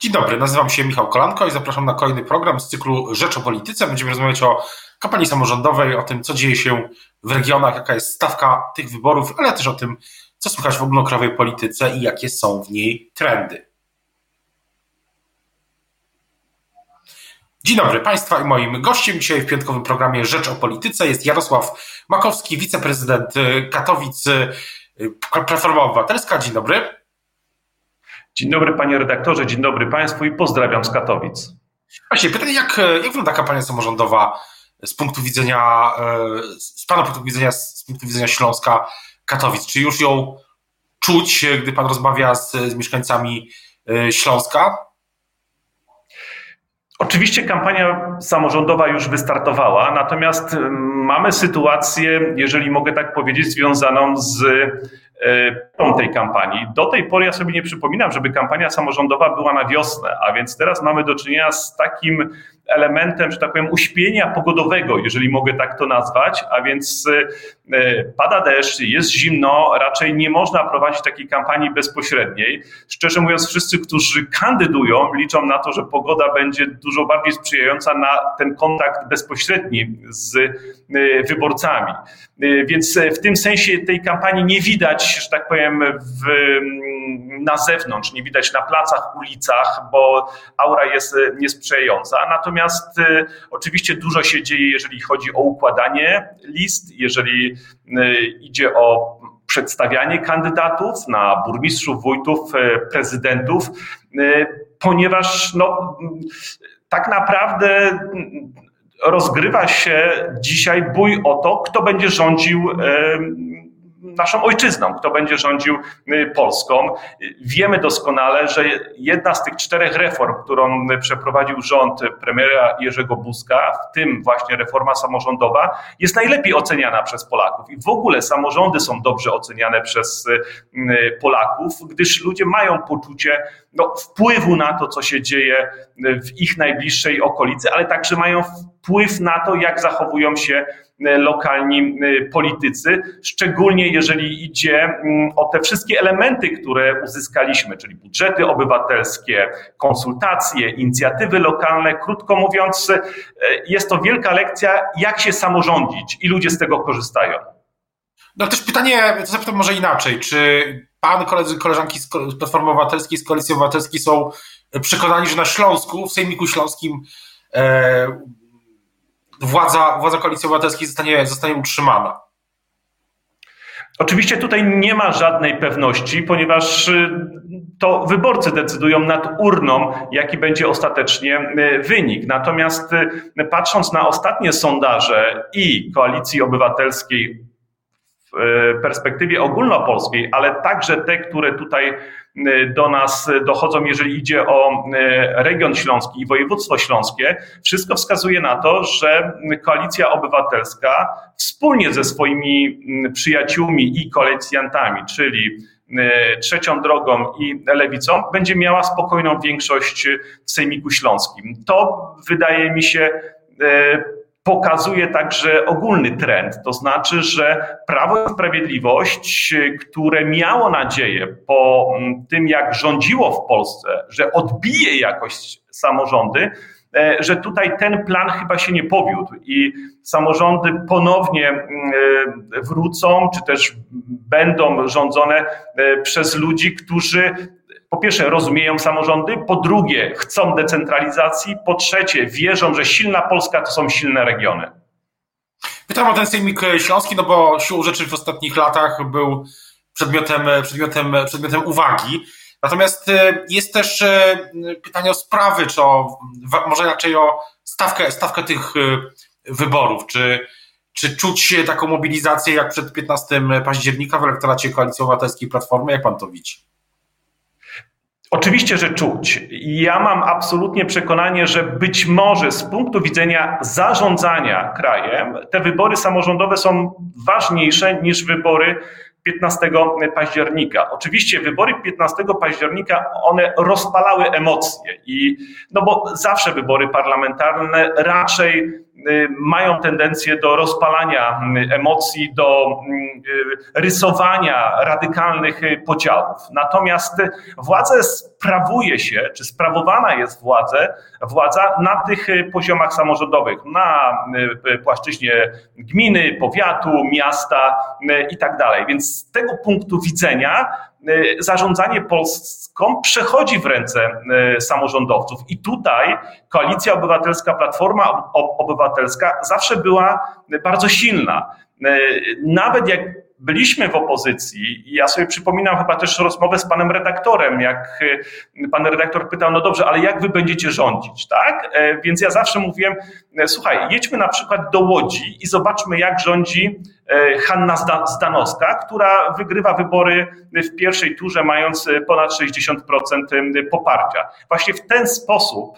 Dzień dobry, nazywam się Michał Kolanko i zapraszam na kolejny program z cyklu Rzecz o Polityce. Będziemy rozmawiać o kampanii samorządowej, o tym, co dzieje się w regionach, jaka jest stawka tych wyborów, ale też o tym, co słychać w ogólnokrajowej polityce i jakie są w niej trendy. Dzień dobry Państwa i moim gościem dzisiaj w piątkowym programie Rzecz o Polityce jest Jarosław Makowski, wiceprezydent Katowic, Platforma Obywatelska. Dzień dobry. Dzień dobry panie redaktorze, dzień dobry państwu i pozdrawiam z Katowic. Właśnie, pytanie, jak wygląda kampania samorządowa z punktu widzenia, z pana punktu widzenia, z punktu widzenia Śląska, Katowic? Czy już ją czuć, gdy pan rozmawia z mieszkańcami Śląska? Oczywiście kampania samorządowa już wystartowała, natomiast mamy sytuację, jeżeli mogę tak powiedzieć, związaną z tej kampanii. Do tej pory ja sobie nie przypominam, żeby kampania samorządowa była na wiosnę, a więc teraz mamy do czynienia z takim elementem, że tak powiem, uśpienia pogodowego, jeżeli mogę tak to nazwać, a więc pada deszcz, jest zimno, raczej nie można prowadzić takiej kampanii bezpośredniej. Szczerze mówiąc, wszyscy, którzy kandydują, liczą na to, że pogoda będzie dużo bardziej sprzyjająca na ten kontakt bezpośredni z wyborcami. Więc w tym sensie tej kampanii nie widać, że tak powiem, na zewnątrz, nie widać na placach, ulicach, bo aura jest niesprzyjająca. Natomiast oczywiście dużo się dzieje, jeżeli chodzi o układanie list, jeżeli idzie o przedstawianie kandydatów na burmistrzów, wójtów, prezydentów, ponieważ tak naprawdę rozgrywa się dzisiaj bój o to, kto będzie rządził naszą ojczyzną, kto będzie rządził Polską. Wiemy doskonale, że jedna z tych 4 reform, którą przeprowadził rząd premiera Jerzego Buzka, w tym właśnie reforma samorządowa, jest najlepiej oceniana przez Polaków. I w ogóle samorządy są dobrze oceniane przez Polaków, gdyż ludzie mają poczucie wpływu na to, co się dzieje w ich najbliższej okolicy, ale także mają wpływ na to, jak zachowują się lokalni politycy, szczególnie jeżeli idzie o te wszystkie elementy, które uzyskaliśmy, czyli budżety obywatelskie, konsultacje, inicjatywy lokalne. Krótko mówiąc, jest to wielka lekcja, jak się samorządzić i ludzie z tego korzystają. No też pytanie, zapytam może inaczej, czy pan, koledzy, koleżanki z Platformy Obywatelskiej, z Koalicji Obywatelskiej są przekonani, że na Śląsku, w Sejmiku Śląskim władza Koalicji Obywatelskiej zostanie utrzymana? Oczywiście tutaj nie ma żadnej pewności, ponieważ to wyborcy decydują nad urną, jaki będzie ostatecznie wynik. Natomiast patrząc na ostatnie sondaże i Koalicji Obywatelskiej w perspektywie ogólnopolskiej, ale także te, które tutaj do nas dochodzą, jeżeli idzie o region śląski i województwo śląskie, wszystko wskazuje na to, że Koalicja Obywatelska wspólnie ze swoimi przyjaciółmi i koalicjantami, czyli Trzecią Drogą i Lewicą, będzie miała spokojną większość w Sejmiku Śląskim. To wydaje mi się pokazuje także ogólny trend, to znaczy, że Prawo i Sprawiedliwość, które miało nadzieję po tym, jak rządziło w Polsce, że odbije jakoś samorządy, że tutaj ten plan chyba się nie powiódł i samorządy ponownie wrócą, czy też będą rządzone przez ludzi, którzy po pierwsze rozumieją samorządy, po drugie chcą decentralizacji, po trzecie wierzą, że silna Polska to są silne regiony. Pytam o ten Sejmik Śląski, bo siłą rzeczy w ostatnich latach był przedmiotem uwagi. Natomiast jest też pytanie o sprawy, czy może raczej o stawkę tych wyborów. Czy czuć taką mobilizację jak przed 15 października w elektoracie Koalicji Obywatelskiej Platformy? Jak pan to widzi? Oczywiście, że czuć. Ja mam absolutnie przekonanie, że być może z punktu widzenia zarządzania krajem te wybory samorządowe są ważniejsze niż wybory 15 października. Oczywiście wybory 15 października, one rozpalały emocje bo zawsze wybory parlamentarne raczej mają tendencję do rozpalania emocji, do rysowania radykalnych podziałów. Natomiast władzę sprawuje się, czy sprawowana jest władza na tych poziomach samorządowych, na płaszczyźnie gminy, powiatu, miasta i tak dalej. Więc z tego punktu widzenia zarządzanie Polską przechodzi w ręce samorządowców. I tutaj Koalicja Obywatelska, Platforma Obywatelska zawsze była bardzo silna. Nawet jak byliśmy w opozycji, ja sobie przypominam chyba też rozmowę z panem redaktorem, jak pan redaktor pytał, no dobrze, ale jak wy będziecie rządzić, tak? Więc ja zawsze mówiłem, słuchaj, jedźmy na przykład do Łodzi i zobaczmy, jak rządzi Hanna Zdanowska, która wygrywa wybory w pierwszej turze, mając ponad 60% poparcia. Właśnie w ten sposób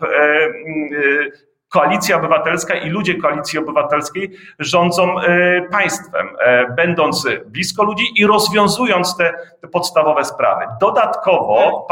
Koalicja Obywatelska i ludzie Koalicji Obywatelskiej rządzą państwem, będąc blisko ludzi i rozwiązując te podstawowe sprawy. Dodatkowo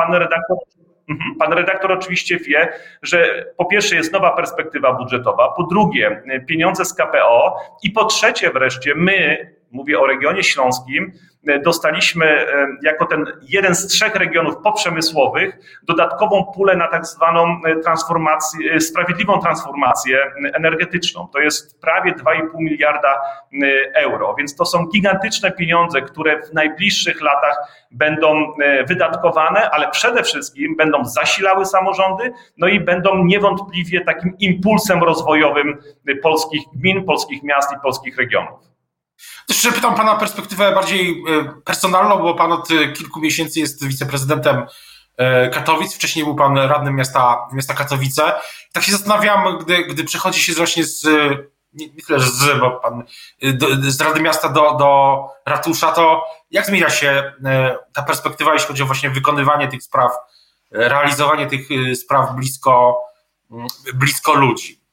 pan redaktor oczywiście wie, że po pierwsze jest nowa perspektywa budżetowa, po drugie pieniądze z KPO i po trzecie wreszcie my, mówię o regionie śląskim, dostaliśmy jako ten jeden z 3 regionów poprzemysłowych dodatkową pulę na tak zwaną transformację, sprawiedliwą transformację energetyczną. To jest prawie 2,5 miliarda euro, więc to są gigantyczne pieniądze, które w najbliższych latach będą wydatkowane, ale przede wszystkim będą zasilały samorządy, no i będą niewątpliwie takim impulsem rozwojowym polskich gmin, polskich miast i polskich regionów. Też pytam pana o perspektywę bardziej personalną, bo pan od kilku miesięcy jest wiceprezydentem Katowic, wcześniej był pan radnym miasta Katowice. Tak się zastanawiam, gdy przechodzi się właśnie nie tyle bo pan z Rady Miasta do ratusza, to jak zmienia się ta perspektywa, jeśli chodzi o właśnie wykonywanie tych spraw, realizowanie tych spraw blisko ludzi?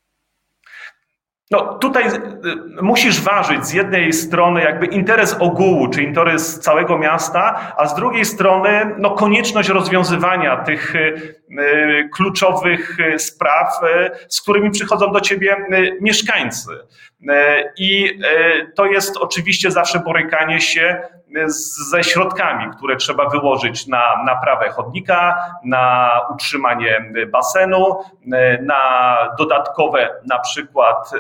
No tutaj musisz ważyć z jednej strony jakby interes ogółu, czy interes całego miasta, a z drugiej strony no konieczność rozwiązywania tych kluczowych spraw, z którymi przychodzą do ciebie mieszkańcy. I to jest oczywiście zawsze borykanie się ze środkami, które trzeba wyłożyć na naprawę chodnika, na utrzymanie basenu, na dodatkowe na przykład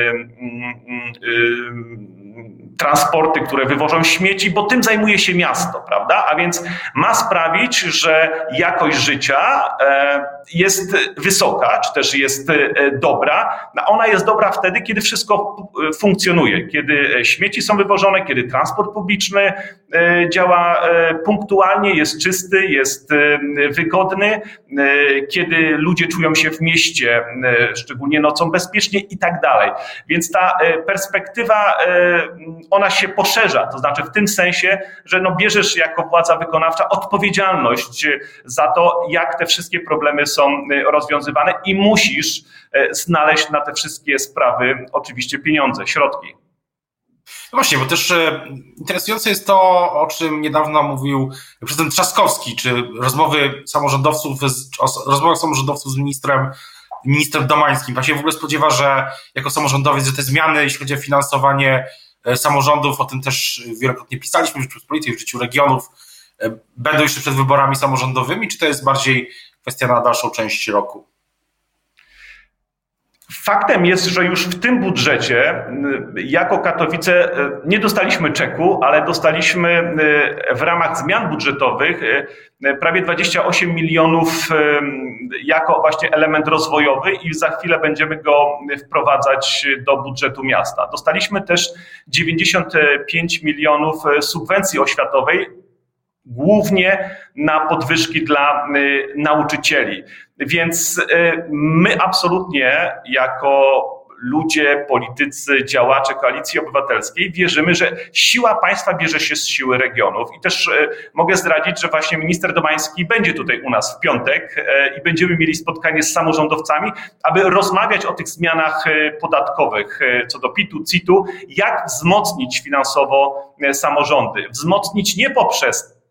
transporty, które wywożą śmieci, bo tym zajmuje się miasto, prawda? A więc ma sprawić, że jakość życia jest wysoka, czy też jest dobra. Ona jest dobra wtedy, kiedy wszystko funkcjonuje, kiedy śmieci są wywożone, kiedy transport publiczny działa punktualnie, jest czysty, jest wygodny, kiedy ludzie czują się w mieście, szczególnie nocą bezpiecznie i tak dalej. Więc ta perspektywa, ona się poszerza, to znaczy w tym sensie, że no bierzesz jako władza wykonawcza odpowiedzialność za to, jak te wszystkie problemy są rozwiązywane i musisz znaleźć na te wszystkie sprawy oczywiście pieniądze, środki. No właśnie, bo też interesujące jest to, o czym niedawno mówił prezydent Trzaskowski, czy rozmowy samorządowców z ministrem Domańskim. Pan się w ogóle spodziewa, że jako samorządowiec, że te zmiany, jeśli chodzi o finansowanie samorządów, o tym też wielokrotnie pisaliśmy w Rzeczypospolitej, w życiu regionów, będą jeszcze przed wyborami samorządowymi, czy to jest bardziej kwestia na dalszą część roku? Faktem jest, że już w tym budżecie jako Katowice nie dostaliśmy czeku, ale dostaliśmy w ramach zmian budżetowych prawie 28 milionów jako właśnie element rozwojowy i za chwilę będziemy go wprowadzać do budżetu miasta. Dostaliśmy też 95 milionów subwencji oświatowej, głównie na podwyżki dla nauczycieli. Więc my absolutnie jako ludzie, politycy, działacze Koalicji Obywatelskiej wierzymy, że siła państwa bierze się z siły regionów. I też mogę zdradzić, że właśnie minister Domański będzie tutaj u nas w piątek i będziemy mieli spotkanie z samorządowcami, aby rozmawiać o tych zmianach podatkowych co do PIT-u, CIT-u, jak wzmocnić finansowo samorządy. Wzmocnić nie poprzez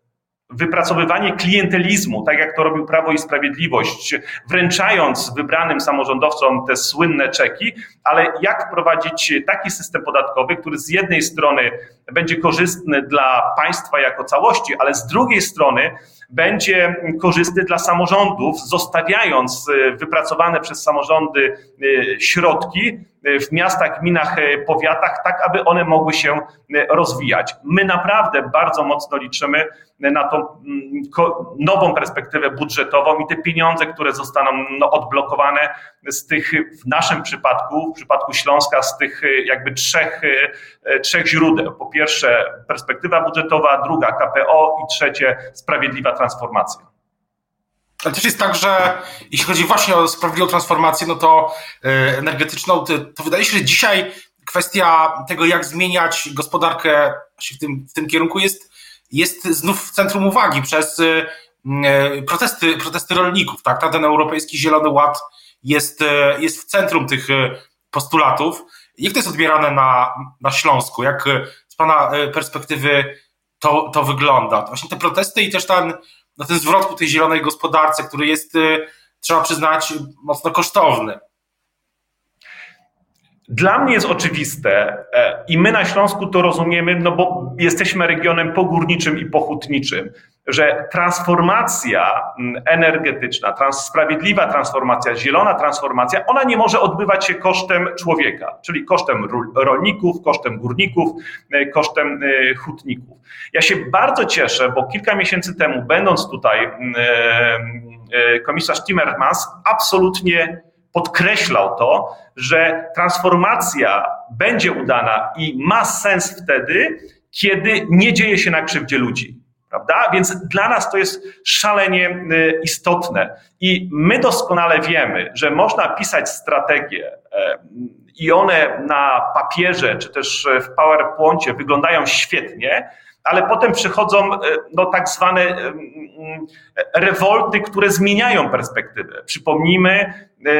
wypracowywanie klientelizmu, tak jak to robił Prawo i Sprawiedliwość, wręczając wybranym samorządowcom te słynne czeki, ale jak wprowadzić taki system podatkowy, który z jednej strony będzie korzystny dla państwa jako całości, ale z drugiej strony będzie korzystny dla samorządów, zostawiając wypracowane przez samorządy środki w miastach, gminach, powiatach, tak aby one mogły się rozwijać. My naprawdę bardzo mocno liczymy na tą nową perspektywę budżetową i te pieniądze, które zostaną odblokowane z tych, w naszym przypadku, w przypadku Śląska, z tych jakby trzech źródeł. Po pierwsze perspektywa budżetowa, druga KPO i trzecie sprawiedliwa transformacja. Ale też jest tak, że jeśli chodzi właśnie o sprawiedliwą transformację, no to energetyczną, to wydaje się, że dzisiaj kwestia tego, jak zmieniać gospodarkę w tym kierunku jest znów w centrum uwagi przez protesty rolników. Tak? Ten Europejski Zielony Ład jest w centrum tych postulatów. Jak to jest odbierane na Śląsku? Jak z pana perspektywy to wygląda? Właśnie te protesty i też ten zwrot ku tej zielonej gospodarce, który jest, trzeba przyznać, mocno kosztowny. Dla mnie jest oczywiste i my na Śląsku to rozumiemy, no bo jesteśmy regionem pogórniczym i pohutniczym, że transformacja energetyczna, sprawiedliwa transformacja, zielona transformacja, ona nie może odbywać się kosztem człowieka, czyli kosztem rolników, kosztem górników, kosztem hutników. Ja się bardzo cieszę, bo kilka miesięcy temu, będąc tutaj, komisarz Timmermans absolutnie podkreślał to, że transformacja będzie udana i ma sens wtedy, kiedy nie dzieje się na krzywdzie ludzi. Prawda? Więc dla nas to jest szalenie istotne i my doskonale wiemy, że można pisać strategie i one na papierze czy też w PowerPoincie wyglądają świetnie, ale potem przychodzą tak zwane rewolty, które zmieniają perspektywę. Przypomnijmy,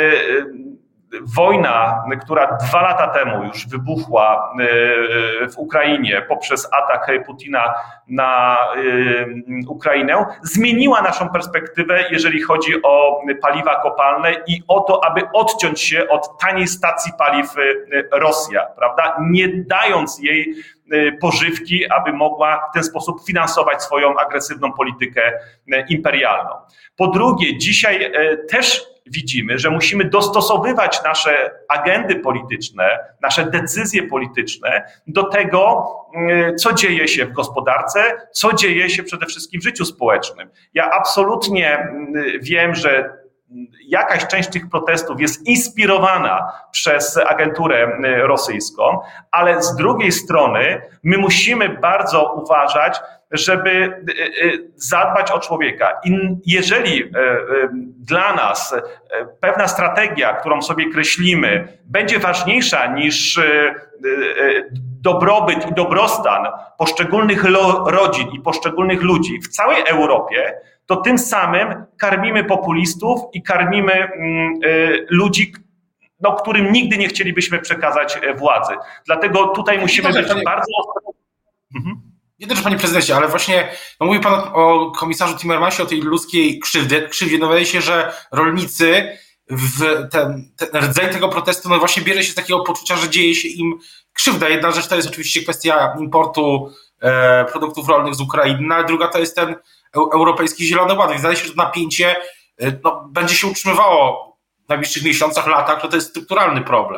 wojna, która 2 lata temu już wybuchła w Ukrainie poprzez atak Putina na Ukrainę, zmieniła naszą perspektywę, jeżeli chodzi o paliwa kopalne i o to, aby odciąć się od taniej stacji paliw Rosja, prawda? Nie dając jej pożywki, aby mogła w ten sposób finansować swoją agresywną politykę imperialną. Po drugie, dzisiaj też widzimy, że musimy dostosowywać nasze agendy polityczne, nasze decyzje polityczne do tego, co dzieje się w gospodarce, co dzieje się przede wszystkim w życiu społecznym. Ja absolutnie wiem, że jakaś część tych protestów jest inspirowana przez agenturę rosyjską, ale z drugiej strony my musimy bardzo uważać, żeby zadbać o człowieka. I jeżeli dla nas pewna strategia, którą sobie kreślimy, będzie ważniejsza niż dobrobyt i dobrostan poszczególnych rodzin i poszczególnych ludzi w całej Europie, to tym samym karmimy populistów i karmimy ludzi, którym nigdy nie chcielibyśmy przekazać władzy. Dlatego tutaj musimy być bardzo ostrożni. Nie tylko, panie prezydencie, ale właśnie mówi pan o komisarzu Timmermansie, o tej ludzkiej krzywdzie. No wydaje się, że rolnicy ten rdzeń tego protestu właśnie bierze się z takiego poczucia, że dzieje się im krzywda. Jedna rzecz to jest oczywiście kwestia importu produktów rolnych z Ukrainy, ale druga to jest ten Europejski Zielony Ład. Wydaje się, że to napięcie będzie się utrzymywało w najbliższych miesiącach, latach, że to jest strukturalny problem.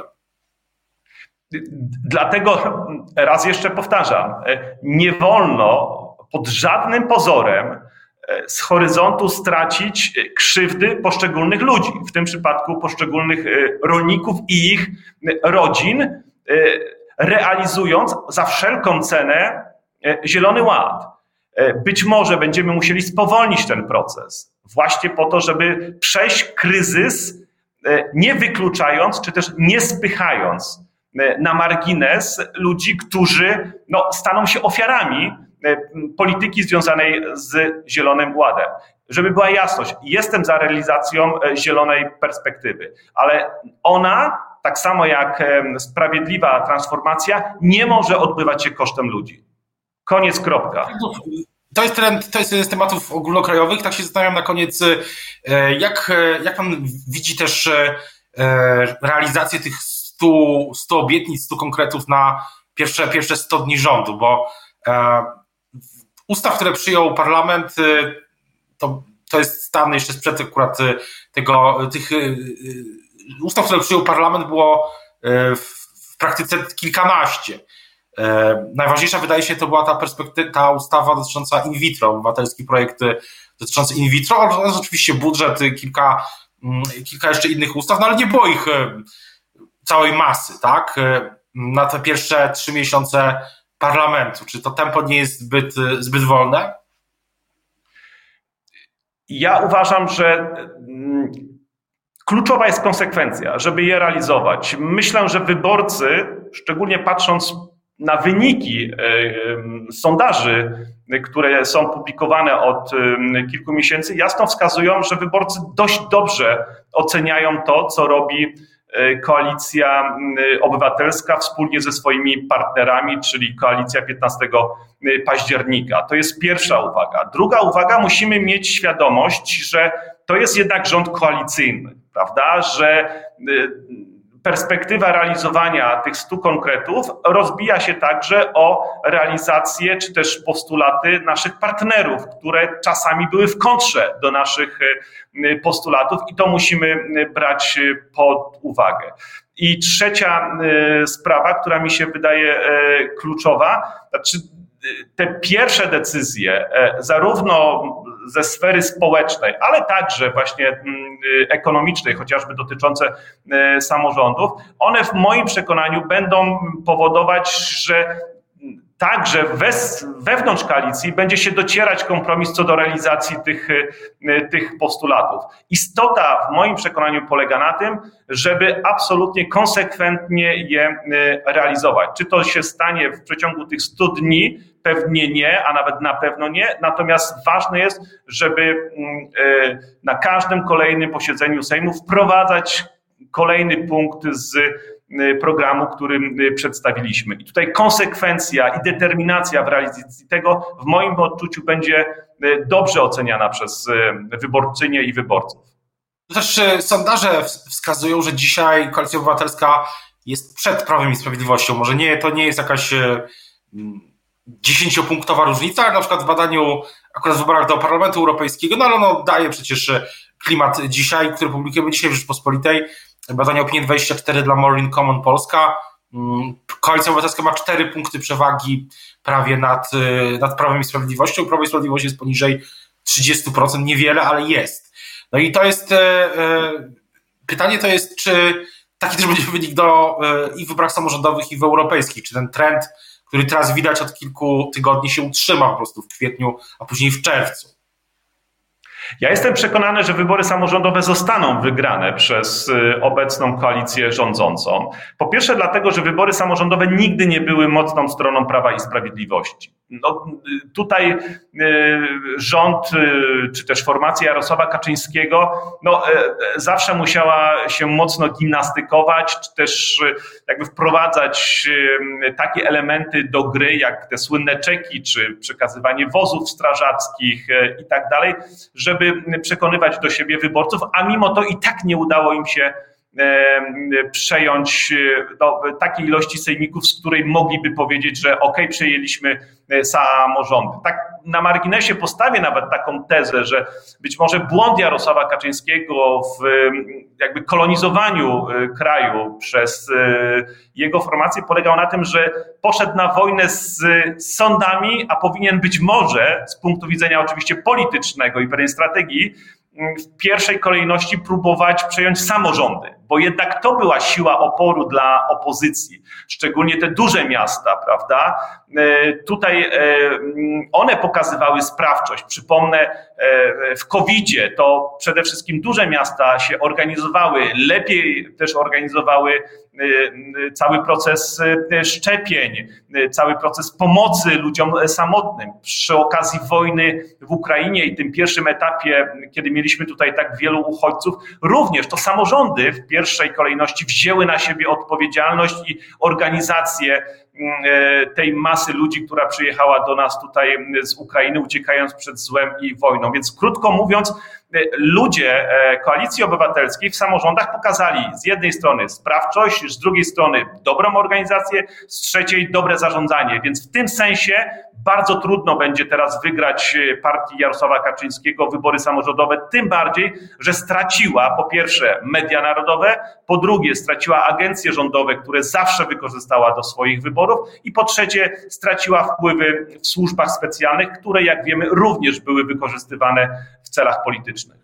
Dlatego raz jeszcze powtarzam, nie wolno pod żadnym pozorem z horyzontu stracić krzywdy poszczególnych ludzi, w tym przypadku poszczególnych rolników i ich rodzin, realizując za wszelką cenę Zielony Ład. Być może będziemy musieli spowolnić ten proces właśnie po to, żeby przejść kryzys, nie wykluczając czy też nie spychając na margines ludzi, którzy staną się ofiarami polityki związanej z Zielonym Ładem. Żeby była jasność, jestem za realizacją zielonej perspektywy, ale ona, tak samo jak sprawiedliwa transformacja, nie może odbywać się kosztem ludzi. Koniec, kropka. To jest trend, to jest jeden z tematów ogólnokrajowych. Tak się zastanawiam na koniec, jak pan widzi też realizację tych 100 obietnic, 100 konkretów na pierwsze 100 dni rządu, bo ustaw, które przyjął parlament, to jest stan jeszcze sprzed akurat tych ustaw, które przyjął parlament, było w praktyce kilkanaście. Najważniejsza wydaje się to była ta ustawa dotycząca in vitro, obywatelski projekt dotyczący in vitro, oraz oczywiście budżet, kilka jeszcze innych ustaw, no ale nie było ich całej masy, tak? Na te pierwsze 3 miesiące parlamentu. Czy to tempo nie jest zbyt wolne? Ja uważam, że kluczowa jest konsekwencja, żeby je realizować. Myślę, że wyborcy, szczególnie patrząc na wyniki sondaży, które są publikowane od kilku miesięcy, jasno wskazują, że wyborcy dość dobrze oceniają to, co robi Koalicja Obywatelska wspólnie ze swoimi partnerami, czyli Koalicja 15 października. To jest pierwsza uwaga. Druga uwaga, musimy mieć świadomość, że to jest jednak rząd koalicyjny, prawda, że perspektywa realizowania tych 100 konkretów rozbija się także o realizację czy też postulaty naszych partnerów, które czasami były w kontrze do naszych postulatów i to musimy brać pod uwagę. I trzecia sprawa, która mi się wydaje kluczowa, znaczy te pierwsze decyzje, zarówno ze sfery społecznej, ale także właśnie ekonomicznej, chociażby dotyczące samorządów, one w moim przekonaniu będą powodować, że także wewnątrz koalicji będzie się docierać kompromis co do realizacji tych postulatów. Istota w moim przekonaniu polega na tym, żeby absolutnie konsekwentnie je realizować. Czy to się stanie w przeciągu tych 100 dni? Pewnie nie, a nawet na pewno nie. Natomiast ważne jest, żeby na każdym kolejnym posiedzeniu Sejmu wprowadzać kolejny punkt z programu, który przedstawiliśmy. I tutaj konsekwencja i determinacja w realizacji tego w moim odczuciu będzie dobrze oceniana przez wyborczynie i wyborców. Też sondaże wskazują, że dzisiaj Koalicja Obywatelska jest przed Prawem i Sprawiedliwością. Może to nie jest jakaś 10-punktowa różnica, ale na przykład w badaniu, akurat w wyborach do Parlamentu Europejskiego, no ale ono daje przecież klimat dzisiaj, który publikujemy dzisiaj w Rzeczpospolitej. Badanie Opinie24 dla More in Common Polska. Koalicja Obywatelska ma 4 punkty przewagi prawie nad Prawem i Sprawiedliwością. Prawo i Sprawiedliwość jest poniżej 30%, niewiele, ale jest. No i to jest pytanie to jest, czy taki też będzie wynik i w wyborach samorządowych, i w europejskich, czy ten trend, który teraz widać od kilku tygodni, się utrzyma po prostu w kwietniu, a później w czerwcu. Ja jestem przekonany, że wybory samorządowe zostaną wygrane przez obecną koalicję rządzącą. Po pierwsze dlatego, że wybory samorządowe nigdy nie były mocną stroną Prawa i Sprawiedliwości. No, tutaj rząd, czy też formacja Jarosława Kaczyńskiego zawsze musiała się mocno gimnastykować, czy też jakby wprowadzać takie elementy do gry, jak te słynne czeki, czy przekazywanie wozów strażackich i tak dalej, żeby przekonywać do siebie wyborców, a mimo to i tak nie udało im się przejąć takiej ilości sejmików, z której mogliby powiedzieć, że okej, przejęliśmy samorządy. Tak na marginesie postawię nawet taką tezę, że być może błąd Jarosława Kaczyńskiego w jakby kolonizowaniu kraju przez jego formację polegał na tym, że poszedł na wojnę z sądami, a powinien być może z punktu widzenia oczywiście politycznego i pewnej strategii w pierwszej kolejności próbować przejąć samorządy, bo jednak to była siła oporu dla opozycji, szczególnie te duże miasta, prawda? Tutaj one pokazywały sprawczość. Przypomnę, w COVID-zie to przede wszystkim duże miasta się organizowały, lepiej też organizowały cały proces szczepień, cały proces pomocy ludziom samotnym. Przy okazji wojny w Ukrainie i tym pierwszym etapie, kiedy mieliśmy mieliśmy tutaj tak wielu uchodźców, również to samorządy w pierwszej kolejności wzięły na siebie odpowiedzialność i organizację tej masy ludzi, która przyjechała do nas tutaj z Ukrainy, uciekając przed złem i wojną. Więc krótko mówiąc, ludzie Koalicji Obywatelskiej w samorządach pokazali z jednej strony sprawczość, z drugiej strony dobrą organizację, z trzeciej dobre zarządzanie. Więc w tym sensie bardzo trudno będzie teraz wygrać partii Jarosława Kaczyńskiego wybory samorządowe, tym bardziej, że straciła po pierwsze media narodowe, po drugie straciła agencje rządowe, które zawsze wykorzystała do swoich wyborów i po trzecie straciła wpływy w służbach specjalnych, które jak wiemy również były wykorzystywane w celach politycznych.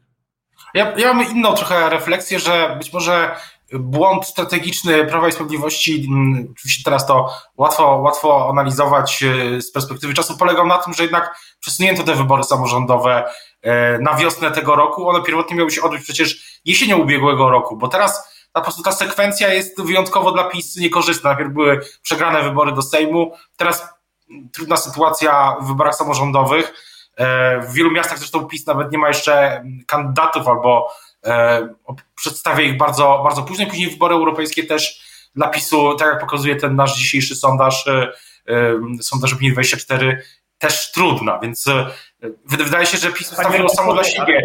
Ja mam inną trochę refleksję, że być może błąd strategiczny Prawa i Sprawiedliwości, oczywiście teraz to łatwo analizować z perspektywy czasu, polegał na tym, że jednak przesunięto te wybory samorządowe na wiosnę tego roku. One pierwotnie miały się odbyć przecież jesienią ubiegłego roku, bo teraz po prostu ta sekwencja jest wyjątkowo dla PiS niekorzystna. Najpierw były przegrane wybory do Sejmu, teraz trudna sytuacja w wyborach samorządowych. W wielu miastach zresztą PiS nawet nie ma jeszcze kandydatów albo przedstawia ich bardzo, bardzo późno. Później wybory europejskie też dla PiS-u, tak jak pokazuje ten nasz dzisiejszy sondaż Opinii 24, też trudna, więc wydaje się, że PiS ustawiło samo dla siebie.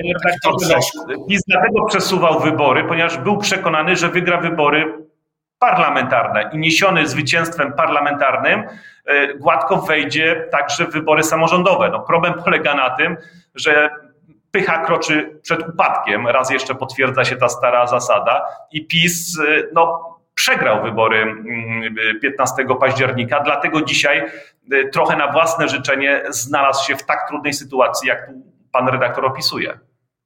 PiS dlatego przesuwał wybory, ponieważ był przekonany, że wygra wybory parlamentarne i niesiony zwycięstwem parlamentarnym gładko wejdzie także w wybory samorządowe. No, problem polega na tym, że pycha kroczy przed upadkiem, raz jeszcze potwierdza się ta stara zasada i PiS przegrał wybory 15 października, dlatego dzisiaj trochę na własne życzenie znalazł się w tak trudnej sytuacji, jak tu pan redaktor opisuje.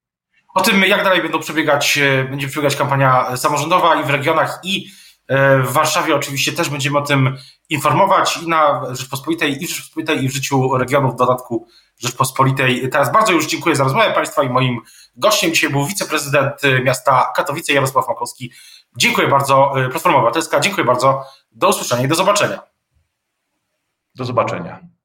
O tym, jak dalej będzie przebiegać kampania samorządowa i w regionach, i w Warszawie oczywiście też będziemy o tym informować i na Rzeczpospolitej, i w życiu regionów, w dodatku Rzeczpospolitej. Teraz bardzo już dziękuję za rozmowę Państwa i moim gościem dzisiaj był wiceprezydent miasta Katowice Jarosław Makowski. Dziękuję bardzo. Platforma Obywatelska, dziękuję bardzo. Do usłyszenia i do zobaczenia. Do zobaczenia.